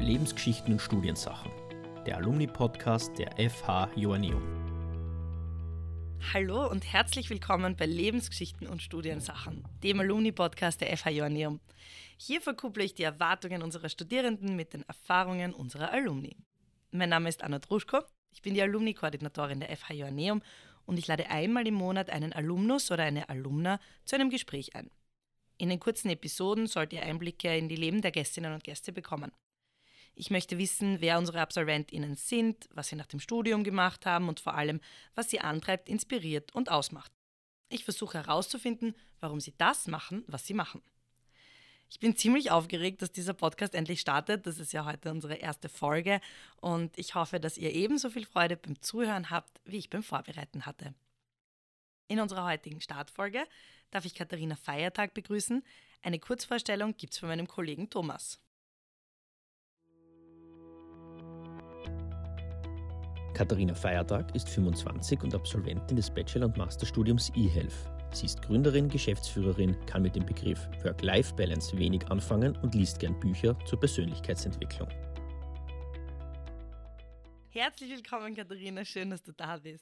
Lebensgeschichten und Studiensachen, der Alumni-Podcast der FH Joanneum. Hallo und herzlich willkommen bei Lebensgeschichten und Studiensachen, dem Alumni-Podcast der FH Joanneum. Hier verkupple ich die Erwartungen unserer Studierenden mit den Erfahrungen unserer Alumni. Mein Name ist Anna Druschko, ich bin die Alumni-Koordinatorin der FH Joanneum und ich lade einmal im Monat einen Alumnus oder eine Alumna zu einem Gespräch ein. In den kurzen Episoden sollt ihr Einblicke in die Leben der Gästinnen und Gäste bekommen. Ich möchte wissen, wer unsere AbsolventInnen sind, was sie nach dem Studium gemacht haben und vor allem, was sie antreibt, inspiriert und ausmacht. Ich versuche herauszufinden, warum sie das machen, was sie machen. Ich bin ziemlich aufgeregt, dass dieser Podcast endlich startet. Das ist ja heute unsere erste Folge und ich hoffe, dass ihr ebenso viel Freude beim Zuhören habt, wie ich beim Vorbereiten hatte. In unserer heutigen Startfolge darf ich Katharina Feiertag begrüßen. Eine Kurzvorstellung gibt es von meinem Kollegen Thomas. Katharina Feiertag ist 25 und Absolventin des Bachelor- und Masterstudiums eHealth. Sie ist Gründerin, Geschäftsführerin, kann mit dem Begriff Work-Life-Balance wenig anfangen und liest gern Bücher zur Persönlichkeitsentwicklung. Herzlich willkommen, Katharina. Schön, dass du da bist.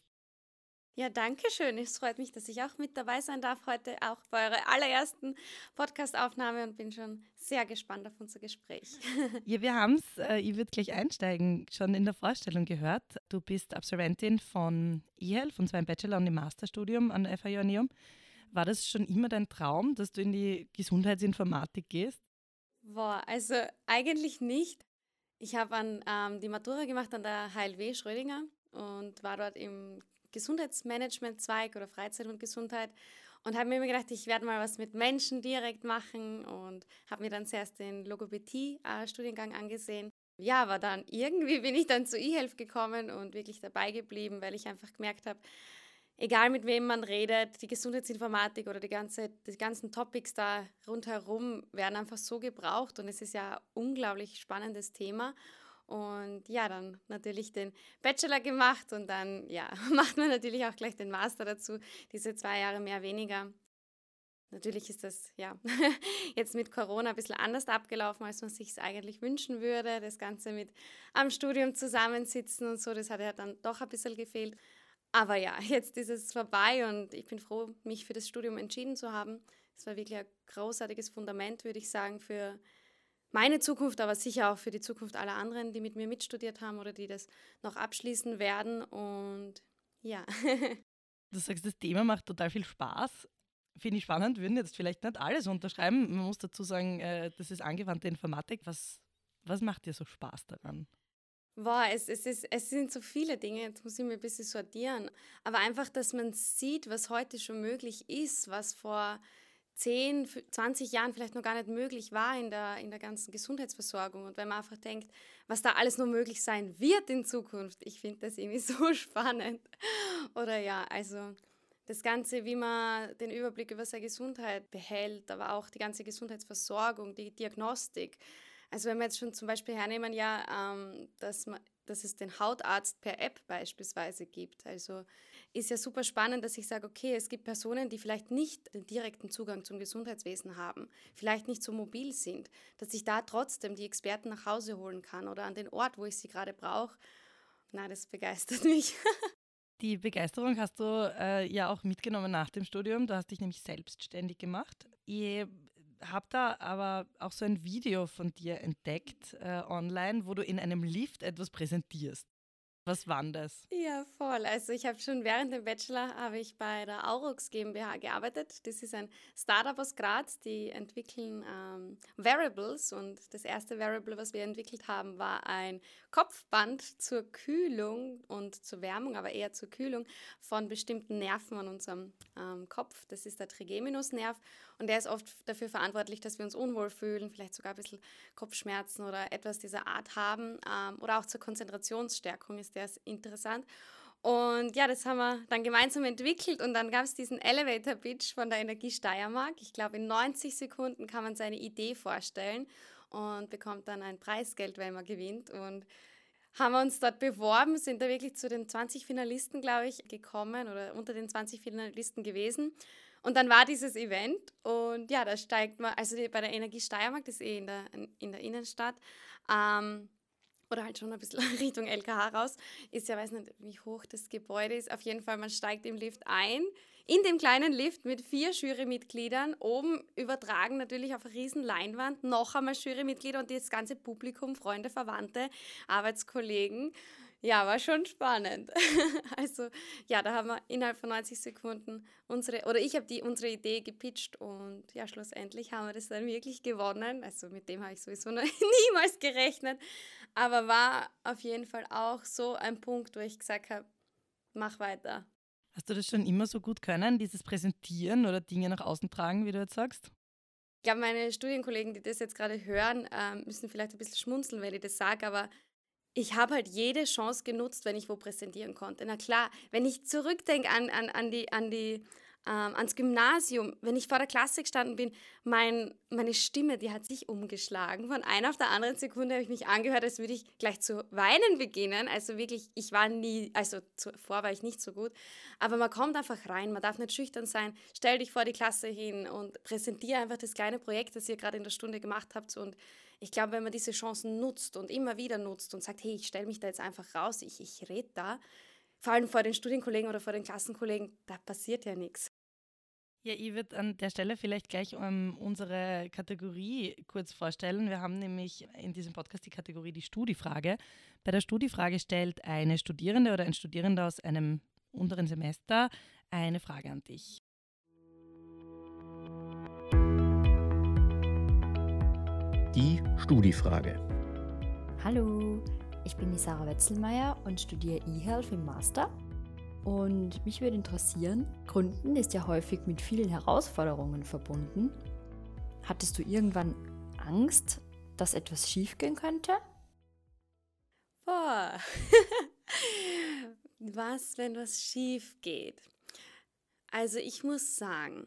Ja, danke schön. Es freut mich, dass ich auch mit dabei sein darf heute, auch bei eurer allerersten Podcast-Aufnahme und bin schon sehr gespannt auf unser Gespräch. Ja, wir haben es, ich würde gleich einsteigen, schon in der Vorstellung gehört. Du bist Absolventin von eHealth, von zwar im Bachelor- und im Masterstudium an der FH Joanneum. War das schon immer dein Traum, dass du in die Gesundheitsinformatik gehst? Boah, also eigentlich nicht. Ich habe die Matura gemacht an der HLW Schrödinger und war dort im Gesundheitsmanagement-Zweig oder Freizeit und Gesundheit und habe mir immer gedacht, ich werde mal was mit Menschen direkt machen und habe mir dann zuerst den Logopädie-Studiengang angesehen. Ja, aber dann irgendwie bin ich dann zu eHealth gekommen und wirklich dabei geblieben, weil ich einfach gemerkt habe, egal mit wem man redet, die Gesundheitsinformatik oder die ganzen Topics da rundherum werden einfach so gebraucht und es ist ja ein unglaublich spannendes Thema. Und ja, dann natürlich den Bachelor gemacht und dann ja, macht man natürlich auch gleich den Master dazu, diese 2 Jahre mehr, weniger. Natürlich ist das ja jetzt mit Corona ein bisschen anders abgelaufen, als man sich es eigentlich wünschen würde. Das Ganze mit am Studium zusammensitzen und so, das hat ja dann doch ein bisschen gefehlt. Aber ja, jetzt ist es vorbei und ich bin froh, mich für das Studium entschieden zu haben. Es war wirklich ein großartiges Fundament, würde ich sagen, für meine Zukunft, aber sicher auch für die Zukunft aller anderen, die mit mir mitstudiert haben oder die das noch abschließen werden. Und ja. Du sagst, das Thema macht total viel Spaß. Finde ich spannend, würden jetzt vielleicht nicht alles unterschreiben. Man muss dazu sagen, das ist angewandte Informatik. Was macht dir so Spaß daran? Boah, es sind so viele Dinge, jetzt muss ich mir ein bisschen sortieren. Aber einfach, dass man sieht, was heute schon möglich ist, was vor 10, 20 Jahren vielleicht noch gar nicht möglich war in der ganzen Gesundheitsversorgung. Und wenn man einfach denkt, was da alles noch möglich sein wird in Zukunft, ich finde das irgendwie so spannend. Oder ja, also das Ganze, wie man den Überblick über seine Gesundheit behält, aber auch die ganze Gesundheitsversorgung, die Diagnostik. Also wenn wir jetzt schon zum Beispiel hernehmen, ja, dass es den Hautarzt per App beispielsweise gibt. Also ist ja super spannend, dass ich sage, okay, es gibt Personen, die vielleicht nicht den direkten Zugang zum Gesundheitswesen haben, vielleicht nicht so mobil sind, dass ich da trotzdem die Experten nach Hause holen kann oder an den Ort, wo ich sie gerade brauche. Na, das begeistert mich. Die Begeisterung hast du ja auch mitgenommen nach dem Studium. Du hast dich nämlich selbstständig gemacht. Ich habe da aber auch so ein Video von dir entdeckt online, wo du in einem Lift etwas präsentierst. Was war denn das? Ja, voll. Also ich habe schon während dem Bachelor habe ich bei der Aurochs GmbH gearbeitet. Das ist ein Startup aus Graz, die entwickeln Wearables und das erste Wearable, was wir entwickelt haben, war ein Kopfband zur Kühlung und zur Wärmung, aber eher zur Kühlung von bestimmten Nerven an unserem Kopf. Das ist der Trigeminusnerv und der ist oft dafür verantwortlich, dass wir uns unwohl fühlen, vielleicht sogar ein bisschen Kopfschmerzen oder etwas dieser Art haben oder auch zur Konzentrationsstärkung ist der interessant. Und ja, das haben wir dann gemeinsam entwickelt und dann gab es diesen Elevator-Pitch von der Energie Steiermark. Ich glaube, in 90 Sekunden kann man seine Idee vorstellen und bekommt dann ein Preisgeld, wenn man gewinnt. Und haben wir uns dort beworben, sind da wirklich zu den 20 Finalisten, glaube ich, gekommen oder unter den 20 Finalisten gewesen. Und dann war dieses Event und ja, da steigt man, also bei der Energie Steiermark, das ist in der Innenstadt, oder halt schon ein bisschen Richtung LKH raus, ist ja, weiß nicht, wie hoch das Gebäude ist, auf jeden Fall, man steigt im Lift ein, in dem kleinen Lift mit 4 Jurymitgliedern, oben übertragen natürlich auf einer riesen Leinwand, noch einmal Jurymitglieder und das ganze Publikum, Freunde, Verwandte, Arbeitskollegen. Ja, war schon spannend. Also ja, da haben wir innerhalb von 90 Sekunden ich habe unsere Idee gepitcht und ja, schlussendlich haben wir das dann wirklich gewonnen. Also mit dem habe ich sowieso noch niemals gerechnet, aber war auf jeden Fall auch so ein Punkt, wo ich gesagt habe, mach weiter. Hast du das schon immer so gut können, dieses Präsentieren oder Dinge nach außen tragen, wie du jetzt sagst? Ich glaube, meine Studienkollegen, die das jetzt gerade hören, müssen vielleicht ein bisschen schmunzeln, wenn ich das sage, aber ich habe halt jede Chance genutzt, wenn ich wo präsentieren konnte. Na klar, wenn ich zurückdenke ans Gymnasium, wenn ich vor der Klasse gestanden bin, meine Stimme, die hat sich umgeschlagen. Von einer auf der anderen Sekunde habe ich mich angehört, als würde ich gleich zu weinen beginnen. Also wirklich, zuvor war ich nicht so gut. Aber man kommt einfach rein, man darf nicht schüchtern sein. Stell dich vor die Klasse hin und präsentiere einfach das kleine Projekt, das ihr gerade in der Stunde gemacht habt. Und ich glaube, wenn man diese Chancen nutzt und immer wieder nutzt und sagt, hey, ich stelle mich da jetzt einfach raus, ich rede da, vor allem vor den Studienkollegen oder vor den Klassenkollegen, da passiert ja nichts. Ja, ich würde an der Stelle vielleicht gleich unsere Kategorie kurz vorstellen. Wir haben nämlich in diesem Podcast die Kategorie die Studifrage. Bei der Studifrage stellt eine Studierende oder ein Studierender aus einem unteren Semester eine Frage an dich. Die Studifrage. Hallo, ich bin die Sarah Wetzelmeier und studiere eHealth im Master. Und mich würde interessieren, Gründen ist ja häufig mit vielen Herausforderungen verbunden. Hattest du irgendwann Angst, dass etwas schiefgehen könnte? Boah, was, wenn was schief geht? Also ich muss sagen,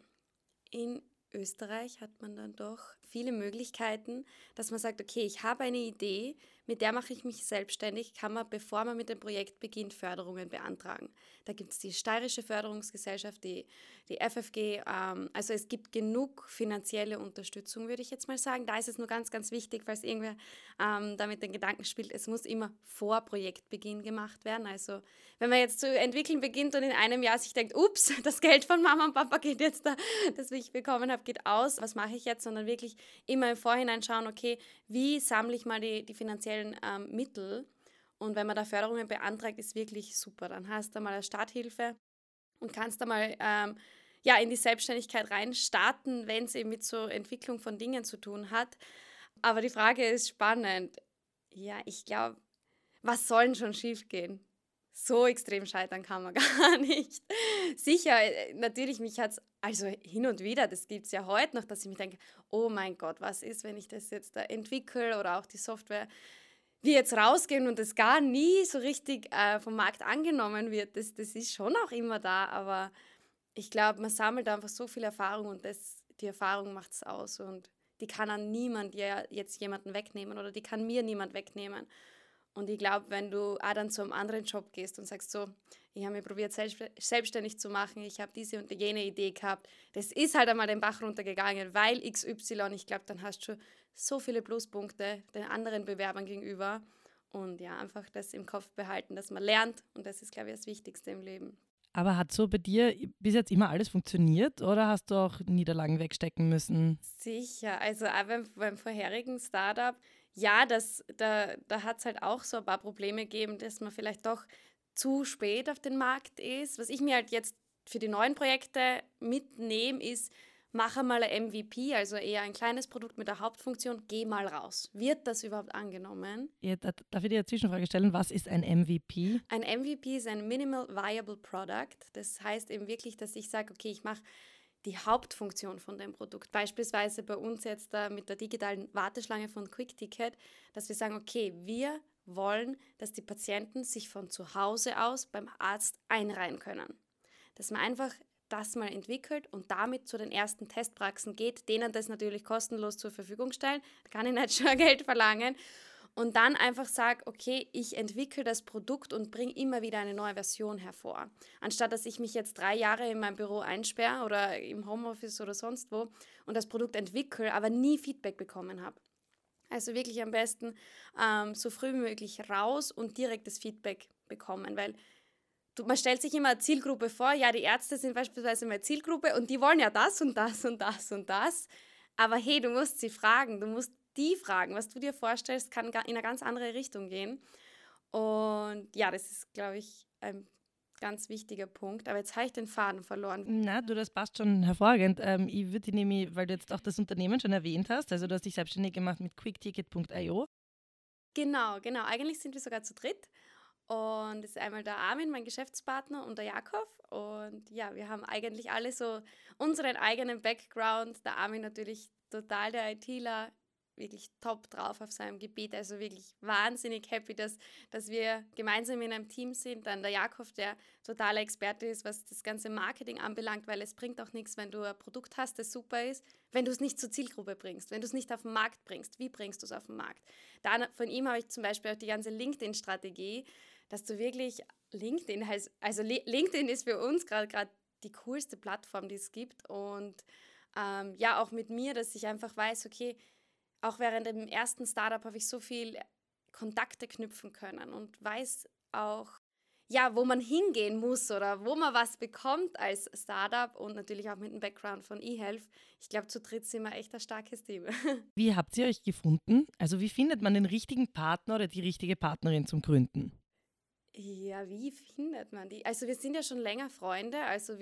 in Österreich hat man dann doch viele Möglichkeiten, dass man sagt, okay, ich habe eine Idee, mit der mache ich mich selbstständig, kann man, bevor man mit dem Projekt beginnt, Förderungen beantragen. Da gibt es die Steirische Förderungsgesellschaft, die FFG, also es gibt genug finanzielle Unterstützung, würde ich jetzt mal sagen. Da ist es nur ganz, ganz wichtig, falls irgendwer damit den Gedanken spielt, es muss immer vor Projektbeginn gemacht werden. Also wenn man jetzt zu entwickeln beginnt und in einem Jahr sich denkt, ups, das Geld von Mama und Papa geht jetzt da, das ich bekommen habe, geht aus, was mache ich jetzt, sondern wirklich immer im Vorhinein schauen, okay, wie sammle ich mal die finanziellen Mittel, und wenn man da Förderungen beantragt, ist wirklich super. Dann hast du mal eine Starthilfe und kannst da mal in die Selbstständigkeit rein starten, wenn es eben mit so Entwicklung von Dingen zu tun hat. Aber die Frage ist spannend. Ja, ich glaube, was soll denn schon schief gehen? So extrem scheitern kann man gar nicht. Sicher, natürlich, mich hat es also hin und wieder, das gibt es ja heute noch, dass ich mir denke, oh mein Gott, was ist, wenn ich das jetzt da entwickle oder auch die Software, wir jetzt rausgehen und das gar nie so richtig vom Markt angenommen wird. Das ist schon auch immer da, aber ich glaube, man sammelt einfach so viel Erfahrung und die Erfahrung macht es aus und die kann an niemand jetzt jemanden wegnehmen oder die kann mir niemand wegnehmen. Und ich glaube, wenn du auch dann zu einem anderen Job gehst und sagst so, ich habe mich probiert, selbstständig zu machen, ich habe diese und jene Idee gehabt, das ist halt einmal den Bach runtergegangen, weil XY, ich glaube, dann hast du schon so viele Pluspunkte den anderen Bewerbern gegenüber. Und ja, einfach das im Kopf behalten, dass man lernt, und das ist, glaube ich, das Wichtigste im Leben. Aber hat so bei dir bis jetzt immer alles funktioniert oder hast du auch Niederlagen wegstecken müssen? Sicher, also auch beim vorherigen Startup, ja, da hat es halt auch so ein paar Probleme gegeben, dass man vielleicht doch zu spät auf den Markt ist. Was ich mir halt jetzt für die neuen Projekte mitnehme, ist, mache mal ein MVP, also eher ein kleines Produkt mit der Hauptfunktion, geh mal raus. Wird das überhaupt angenommen? Ja, darf ich dir eine Zwischenfrage stellen? Was ist ein MVP? Ein MVP ist ein Minimal Viable Product. Das heißt eben wirklich, dass ich sage, okay, ich mache die Hauptfunktion von dem Produkt. Beispielsweise bei uns jetzt mit der digitalen Warteschlange von QuickTicket, dass wir sagen, okay, wir wollen, dass die Patienten sich von zu Hause aus beim Arzt einreihen können. Dass man einfach das mal entwickelt und damit zu den ersten Testpraxen geht, denen das natürlich kostenlos zur Verfügung stellen. Da kann ich nicht schon Geld verlangen. und dann einfach sage, okay, ich entwickle das Produkt und bringe immer wieder eine neue Version hervor. Anstatt, dass ich mich jetzt 3 Jahre in meinem Büro einsperre oder im Homeoffice oder sonst wo und das Produkt entwickle, aber nie Feedback bekommen habe. Also wirklich am besten so früh wie möglich raus und direktes Feedback bekommen, weil man stellt sich immer eine Zielgruppe vor, ja, die Ärzte sind beispielsweise meine Zielgruppe und die wollen ja das und das und das und das, aber hey, du musst sie fragen, du musst die fragen, was du dir vorstellst, kann in eine ganz andere Richtung gehen und ja, das ist, glaube ich, ein ganz wichtiger Punkt, aber jetzt habe ich den Faden verloren. Na, das passt schon hervorragend. Ich würde nämlich, weil du jetzt auch das Unternehmen schon erwähnt hast, also du hast dich selbstständig gemacht mit quickticket.io. Genau, eigentlich sind wir sogar zu dritt. Und es ist einmal der Armin, mein Geschäftspartner, und der Jakob. Und ja, wir haben eigentlich alle so unseren eigenen Background. Der Armin natürlich total der ITler, wirklich top drauf auf seinem Gebiet. Also wirklich wahnsinnig happy, dass wir gemeinsam in einem Team sind. Dann der Jakob, der totaler Experte ist, was das ganze Marketing anbelangt, weil es bringt auch nichts, wenn du ein Produkt hast, das super ist, wenn du es nicht zur Zielgruppe bringst, wenn du es nicht auf den Markt bringst. Wie bringst du es auf den Markt? Von ihm habe ich zum Beispiel auch die ganze LinkedIn-Strategie, dass du wirklich LinkedIn ist für uns gerade die coolste Plattform, die es gibt. Und ja, auch mit mir, dass ich einfach weiß, okay, auch während dem ersten Startup habe ich so viel Kontakte knüpfen können und weiß auch, ja, wo man hingehen muss oder wo man was bekommt als Startup und natürlich auch mit dem Background von eHealth. Ich glaube, zu dritt sind wir echt ein starkes Team. Wie habt ihr euch gefunden? Also wie findet man den richtigen Partner oder die richtige Partnerin zum Gründen? Ja, wie findet man die? Also wir sind ja schon länger Freunde,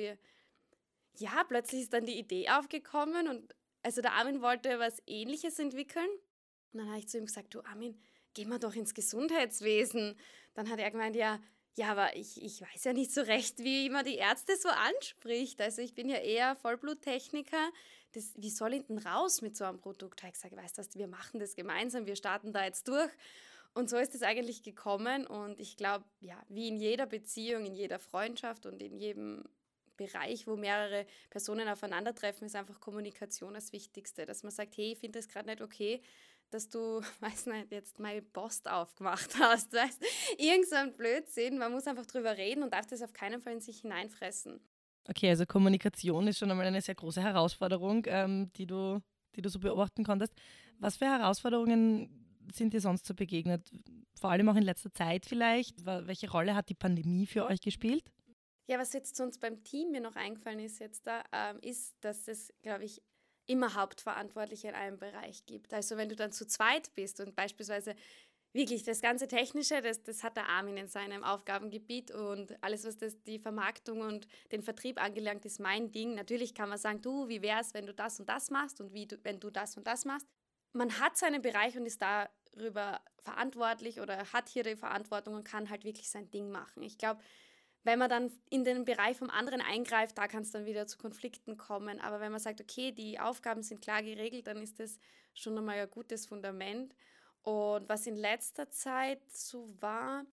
plötzlich ist dann die Idee aufgekommen und also der Armin wollte was Ähnliches entwickeln und dann habe ich zu ihm gesagt, du Armin, gehen wir doch ins Gesundheitswesen. Dann hat er gemeint, ja, aber ich weiß ja nicht so recht, wie man die Ärzte so anspricht. Also ich bin ja eher Vollbluttechniker. Wie soll ich denn raus mit so einem Produkt? Da habe ich gesagt, weißt du, wir machen das gemeinsam, wir starten da jetzt durch. Und so ist es eigentlich gekommen und ich glaube, ja, wie in jeder Beziehung, in jeder Freundschaft und in jedem Bereich, wo mehrere Personen aufeinandertreffen, ist einfach Kommunikation das Wichtigste. Dass man sagt, hey, ich finde das gerade nicht okay, dass du, weiß nicht, jetzt meine Post aufgemacht hast. Weißt? Irgend so ein Blödsinn. Man muss einfach drüber reden und darf das auf keinen Fall in sich hineinfressen. Okay, also Kommunikation ist schon einmal eine sehr große Herausforderung, die du so beobachten konntest. Was für Herausforderungen sind dir sonst so begegnet? Vor allem auch in letzter Zeit vielleicht. Welche Rolle hat die Pandemie für euch gespielt? Ja, was jetzt zu uns beim Team mir noch eingefallen ist jetzt da, ist, dass es, glaube ich, immer Hauptverantwortliche in einem Bereich gibt. Also wenn du dann zu zweit bist und beispielsweise wirklich das ganze Technische, das hat der Armin in seinem Aufgabengebiet und alles, was die Vermarktung und den Vertrieb angelangt, ist mein Ding. Natürlich kann man sagen, du, wie wäre es, wenn du das und das machst und wenn du das und das machst. Man hat seinen Bereich und ist darüber verantwortlich oder hat hier die Verantwortung und kann halt wirklich sein Ding machen. Ich glaube, wenn man dann in den Bereich vom anderen eingreift, da kann es dann wieder zu Konflikten kommen. Aber wenn man sagt, okay, die Aufgaben sind klar geregelt, dann ist das schon einmal ein gutes Fundament. Und was in letzter Zeit so war,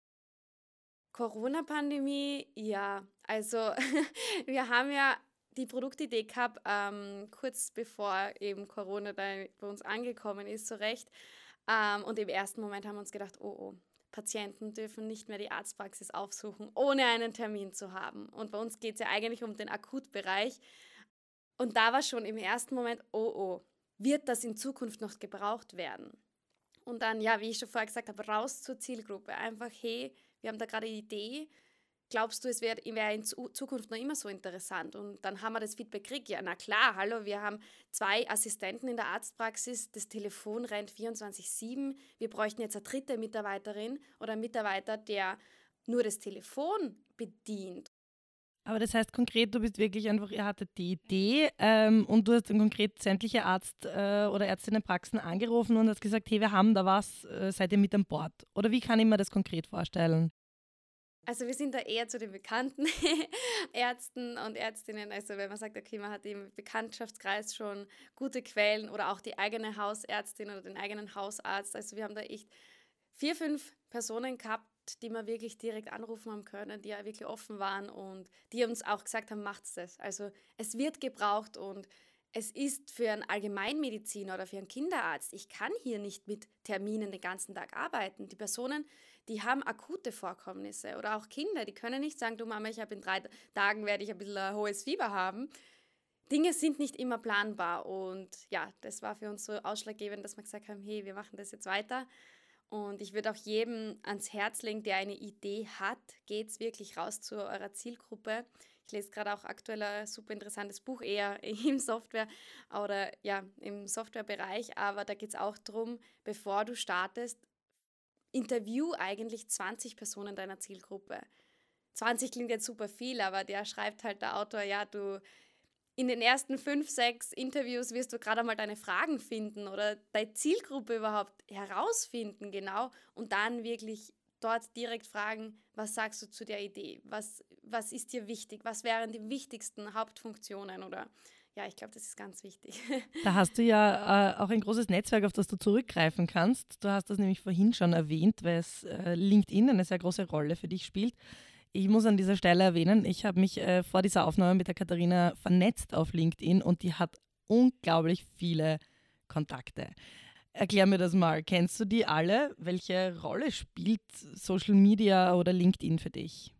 Corona-Pandemie, ja, also wir haben ja die Produktidee gehabt, kurz bevor eben Corona da bei uns angekommen ist, so recht. Und im ersten Moment haben wir uns gedacht, oh, Patienten dürfen nicht mehr die Arztpraxis aufsuchen, ohne einen Termin zu haben. Und bei uns geht es ja eigentlich um den Akutbereich. Und da war schon im ersten Moment, oh, wird das in Zukunft noch gebraucht werden? Und dann, ja, wie ich schon vorher gesagt habe, raus zur Zielgruppe. Einfach, hey, wir haben da gerade eine Idee. Glaubst du, es wäre in Zukunft noch immer so interessant? Und dann haben wir das Feedback gekriegt. Ja, na klar, hallo, wir haben 2 Assistenten in der Arztpraxis. Das Telefon rennt 24/7. Wir bräuchten jetzt eine 3. Mitarbeiterin oder einen Mitarbeiter, der nur das Telefon bedient. Aber das heißt konkret, du bist wirklich einfach, ihr hattet die Idee und du hast dann konkret sämtliche Arzt- oder Ärztinnenpraxen angerufen und hast gesagt, hey, wir haben da was, seid ihr mit an Bord? Oder wie kann ich mir das konkret vorstellen? Also wir sind da eher zu den bekannten Ärzten und Ärztinnen. Also wenn man sagt, okay, man hat im Bekanntschaftskreis schon gute Quellen oder auch die eigene Hausärztin oder den eigenen Hausarzt. Also wir haben da echt 4, 5 Personen gehabt, die wir wirklich direkt anrufen haben können, die ja wirklich offen waren und die uns auch gesagt haben, macht's das. Also es wird gebraucht und es ist für einen Allgemeinmediziner oder für einen Kinderarzt, ich kann hier nicht mit Terminen den ganzen Tag arbeiten. Die Personen, die haben akute Vorkommnisse oder auch Kinder, die können nicht sagen, du Mama, ich habe in 3 Tagen werde ich ein bisschen ein hohes Fieber haben. Dinge sind nicht immer planbar und ja, das war für uns so ausschlaggebend, dass wir gesagt haben, hey, wir machen das jetzt weiter. Und ich würde auch jedem ans Herz legen, der eine Idee hat, geht's wirklich raus zu eurer Zielgruppe. Ich lese gerade auch aktuell ein super interessantes Buch, eher im Software- oder ja, im Softwarebereich, aber da geht es auch darum, bevor du startest, interview eigentlich 20 Personen deiner Zielgruppe. 20 klingt jetzt super viel, aber der schreibt halt der Autor, ja, du in den ersten 5, 6 Interviews wirst du gerade einmal deine Fragen finden oder deine Zielgruppe überhaupt herausfinden, genau, und dann wirklich dort direkt fragen, was sagst du zu der Idee? Was ist dir wichtig? Was wären die wichtigsten Hauptfunktionen? Oder ja, ich glaube, das ist ganz wichtig. Da hast du ja auch ein großes Netzwerk, auf das du zurückgreifen kannst. Du hast das nämlich vorhin schon erwähnt, weil es LinkedIn eine sehr große Rolle für dich spielt. Ich muss an dieser Stelle erwähnen, ich habe mich vor dieser Aufnahme mit der Katharina vernetzt auf LinkedIn und die hat unglaublich viele Kontakte. Erklär mir das mal. Kennst du die alle? Welche Rolle spielt Social Media oder LinkedIn für dich?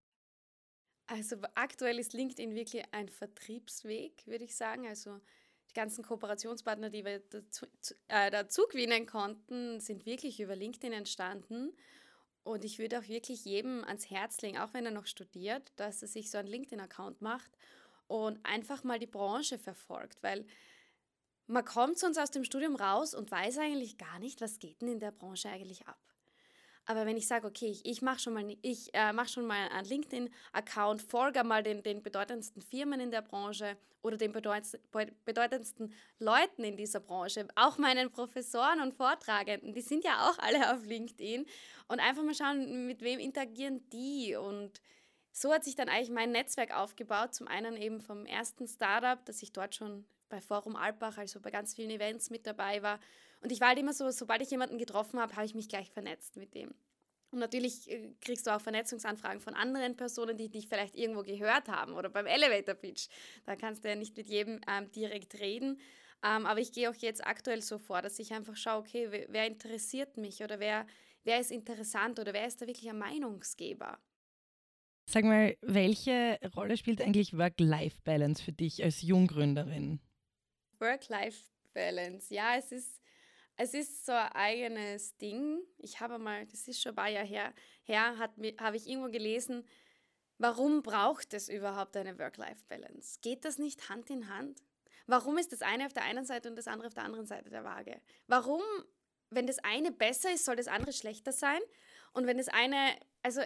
Also aktuell ist LinkedIn wirklich ein Vertriebsweg, würde ich sagen. Also die ganzen Kooperationspartner, die wir dazu gewinnen konnten, sind wirklich über LinkedIn entstanden. Und ich würde auch wirklich jedem ans Herz legen, auch wenn er noch studiert, dass er sich so einen LinkedIn-Account macht und einfach mal die Branche verfolgt, weil man kommt sonst aus dem Studium raus und weiß eigentlich gar nicht, was geht denn in der Branche eigentlich ab. Aber wenn ich sage, okay, ich mache schon mal einen LinkedIn-Account, folge mal den bedeutendsten Firmen in der Branche oder den bedeutendsten Leuten in dieser Branche, auch meinen Professoren und Vortragenden, die sind ja auch alle auf LinkedIn und einfach mal schauen, mit wem interagieren die. Und so hat sich dann eigentlich mein Netzwerk aufgebaut, zum einen eben vom ersten Startup, dass ich dort schon bei Forum Alpbach, also bei ganz vielen Events mit dabei war. Und ich war halt immer so, sobald ich jemanden getroffen habe, habe ich mich gleich vernetzt mit dem. Und natürlich kriegst du auch Vernetzungsanfragen von anderen Personen, die dich vielleicht irgendwo gehört haben oder beim Elevator Pitch. Da kannst du ja nicht mit jedem direkt reden. Aber ich gehe auch jetzt aktuell so vor, dass ich einfach schaue, okay, wer interessiert mich oder wer ist interessant oder wer ist da wirklich ein Meinungsgeber? Sag mal, welche Rolle spielt eigentlich Work-Life-Balance für dich als Junggründerin? Work-Life-Balance, ja, es ist so ein eigenes Ding. Ich habe mal, das ist schon ein paar Jahre her habe ich irgendwo gelesen, warum braucht es überhaupt eine Work-Life-Balance? Geht das nicht Hand in Hand? Warum ist das eine auf der einen Seite und das andere auf der anderen Seite der Waage? Warum, wenn das eine besser ist, soll das andere schlechter sein? Und wenn das eine, also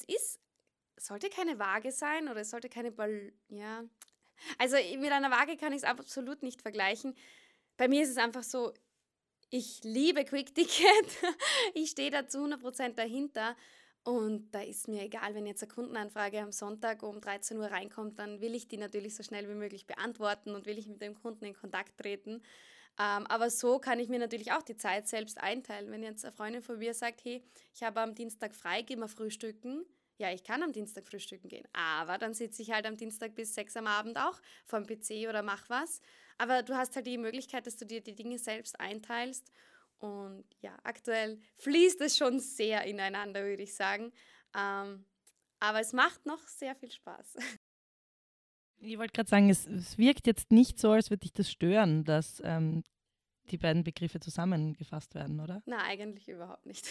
sollte keine Waage sein oder es sollte keine ja. Also mit einer Waage kann ich es absolut nicht vergleichen. Bei mir ist es einfach so, ich liebe Quick Ticket. Ich stehe da zu 100% dahinter. Und da ist mir egal, wenn jetzt eine Kundenanfrage am Sonntag um 13 Uhr reinkommt, dann will ich die natürlich so schnell wie möglich beantworten und will ich mit dem Kunden in Kontakt treten. Aber so kann ich mir natürlich auch die Zeit selbst einteilen. Wenn jetzt eine Freundin von mir sagt, hey, ich habe am Dienstag frei, gehen wir frühstücken. Ja, ich kann am Dienstag frühstücken gehen, aber dann sitze ich halt am Dienstag bis 6 am Abend auch vor dem PC oder mach was. Aber du hast halt die Möglichkeit, dass du dir die Dinge selbst einteilst. Und ja, aktuell fließt es schon sehr ineinander, würde ich sagen. Aber es macht noch sehr viel Spaß. Ich wollte gerade sagen, es wirkt jetzt nicht so, als würde dich das stören, dass die beiden Begriffe zusammengefasst werden, oder? Na, eigentlich überhaupt nicht.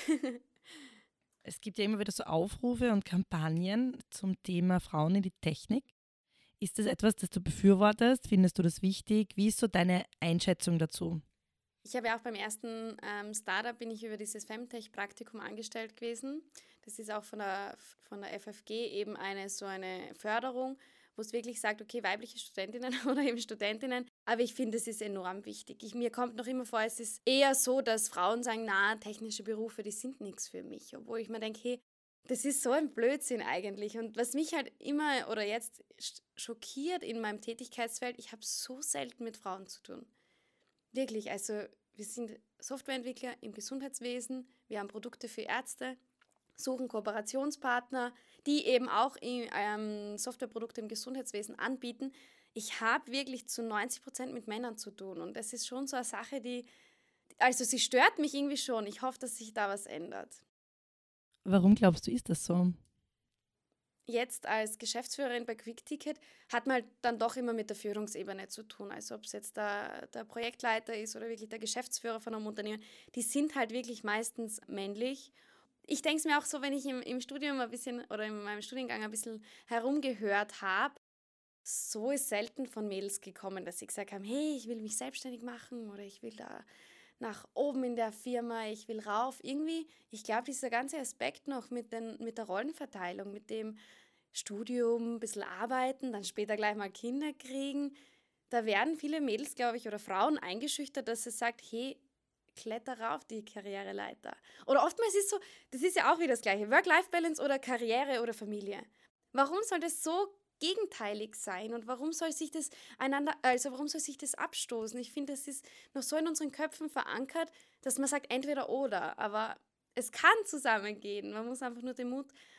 Es gibt ja immer wieder so Aufrufe und Kampagnen zum Thema Frauen in die Technik. Ist das etwas, das du befürwortest? Findest du das wichtig? Wie ist so deine Einschätzung dazu? Ich habe ja auch beim ersten Startup bin ich über dieses Femtech-Praktikum angestellt gewesen. Das ist auch von der FFG eben eine Förderung, wo es wirklich sagt, okay, weibliche Studentinnen oder eben Studentinnen. Aber ich finde, es ist enorm wichtig. Mir kommt noch immer vor, es ist eher so, dass Frauen sagen, na, technische Berufe, die sind nichts für mich. Obwohl ich mir denke, hey, das ist so ein Blödsinn eigentlich. Und was mich halt immer oder jetzt schockiert in meinem Tätigkeitsfeld, ich habe so selten mit Frauen zu tun. Wirklich, also wir sind Softwareentwickler im Gesundheitswesen, wir haben Produkte für Ärzte, suchen Kooperationspartner, die eben auch Softwareprodukte im Gesundheitswesen anbieten. Ich habe wirklich zu 90% mit Männern zu tun und das ist schon so eine Sache, sie stört mich irgendwie schon. Ich hoffe, dass sich da was ändert. Warum glaubst du, ist das so? Jetzt als Geschäftsführerin bei QuickTicket hat man halt dann doch immer mit der Führungsebene zu tun. Also ob es jetzt der Projektleiter ist oder wirklich der Geschäftsführer von einem Unternehmen, die sind halt wirklich meistens männlich. Ich denke es mir auch so, wenn ich im Studium ein bisschen oder in meinem Studiengang ein bisschen herumgehört habe, so ist selten von Mädels gekommen, dass sie gesagt haben, hey, ich will mich selbstständig machen oder ich will da nach oben in der Firma, ich will rauf. Irgendwie, ich glaube, dieser ganze Aspekt noch mit der Rollenverteilung, mit dem Studium, ein bisschen arbeiten, dann später gleich mal Kinder kriegen, da werden viele Mädels, glaube ich, oder Frauen eingeschüchtert, dass sie sagt, hey, kletter rauf die Karriereleiter. Oder oftmals ist so, das ist ja auch wieder das Gleiche, Work-Life-Balance oder Karriere oder Familie. Warum soll das so gegenteilig sein und warum soll sich das abstoßen? Ich finde, das ist noch so in unseren Köpfen verankert, dass man sagt entweder oder, aber es kann zusammengehen. Man muss einfach nur den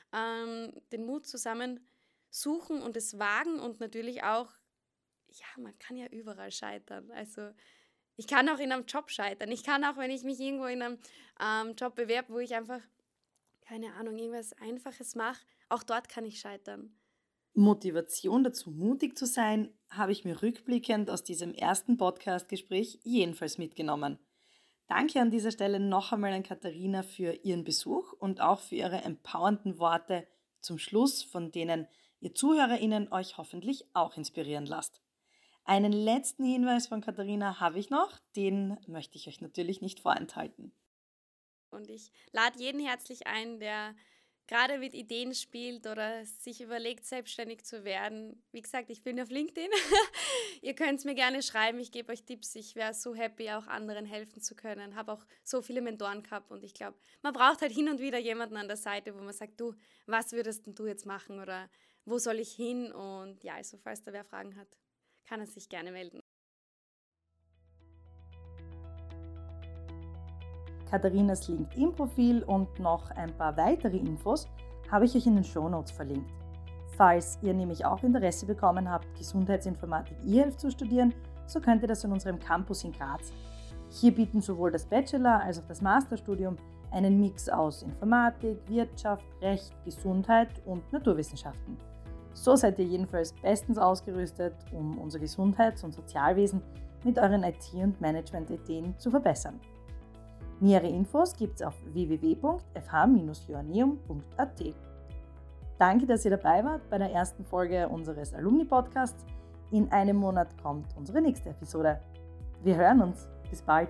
Mut zusammen suchen und es wagen und natürlich auch, ja, man kann ja überall scheitern. Also ich kann auch in einem Job scheitern. Ich kann auch, wenn ich mich irgendwo in einem Job bewerbe, wo ich einfach, keine Ahnung, irgendwas Einfaches mache, auch dort kann ich scheitern. Motivation dazu, mutig zu sein, habe ich mir rückblickend aus diesem ersten Podcast-Gespräch jedenfalls mitgenommen. Danke an dieser Stelle noch einmal an Katharina für ihren Besuch und auch für ihre empowernden Worte zum Schluss, von denen ihr ZuhörerInnen euch hoffentlich auch inspirieren lasst. Einen letzten Hinweis von Katharina habe ich noch, den möchte ich euch natürlich nicht vorenthalten. Und ich lade jeden herzlich ein, der gerade mit Ideen spielt oder sich überlegt, selbstständig zu werden. Wie gesagt, ich bin auf LinkedIn. Ihr könnt es mir gerne schreiben, ich gebe euch Tipps. Ich wäre so happy, auch anderen helfen zu können. Habe auch so viele Mentoren gehabt und ich glaube, man braucht halt hin und wieder jemanden an der Seite, wo man sagt, du, was würdest denn du jetzt machen oder wo soll ich hin? Und ja, also falls da wer Fragen hat, kann er sich gerne melden. Katharinas LinkedIn-Profil und noch ein paar weitere Infos habe ich euch in den Shownotes verlinkt. Falls ihr nämlich auch Interesse bekommen habt, Gesundheitsinformatik eHealth zu studieren, so könnt ihr das an unserem Campus in Graz. Hier bieten sowohl das Bachelor- als auch das Masterstudium einen Mix aus Informatik, Wirtschaft, Recht, Gesundheit und Naturwissenschaften. So seid ihr jedenfalls bestens ausgerüstet, um unser Gesundheits- und Sozialwesen mit euren IT- und Management-Ideen zu verbessern. Nähere Infos gibt es auf www.fh-joanneum.at. Danke, dass ihr dabei wart bei der ersten Folge unseres Alumni-Podcasts. In einem Monat kommt unsere nächste Episode. Wir hören uns. Bis bald.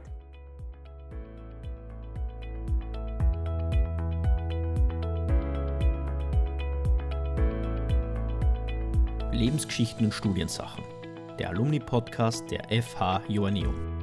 Lebensgeschichten und Studiensachen. Der Alumni-Podcast der FH Joanneum.